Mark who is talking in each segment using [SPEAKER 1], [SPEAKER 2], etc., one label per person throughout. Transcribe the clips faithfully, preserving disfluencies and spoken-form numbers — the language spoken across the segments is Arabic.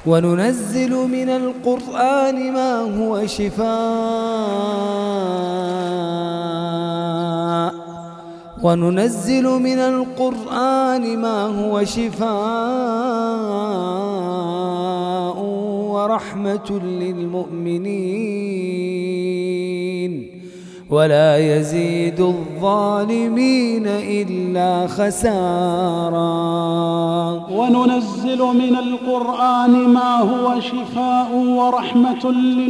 [SPEAKER 1] وننزل من القرآن ما هو شفاء وننزل من القرآن ما هو شفاء ورحمة للمؤمنين ولا يزيد الظالمين إلا خسارا.
[SPEAKER 2] وننزل من القرآن ما هو شفاء ورحمة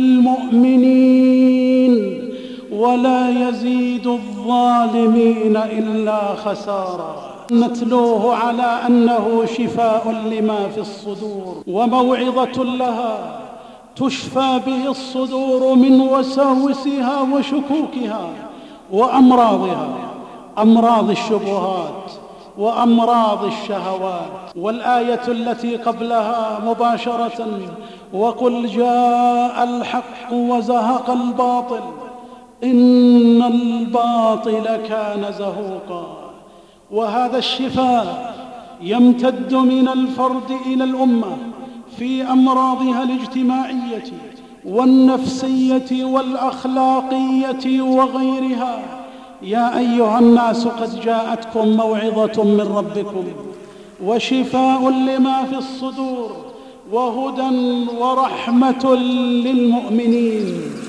[SPEAKER 2] للمؤمنين ولا يزيد الظالمين إلا خسارا. نتلوه على أنه شفاء لما في الصدور وموعظة لها تشفى به الصدور من وساوسها وشكوكها وأمراضها، أمراض الشبهات وأمراض الشهوات. والآية التي قبلها مباشرة: وقل جاء الحق وزهق الباطل إن الباطل كان زهوقا. وهذا الشفاء يمتد من الفرد إلى الأمة في أمراضها الاجتماعية والنفسية والأخلاقية وغيرها. يا أيها الناس قد جاءتكم موعظة من ربكم وشفاء لما في الصدور وهدى ورحمة للمؤمنين.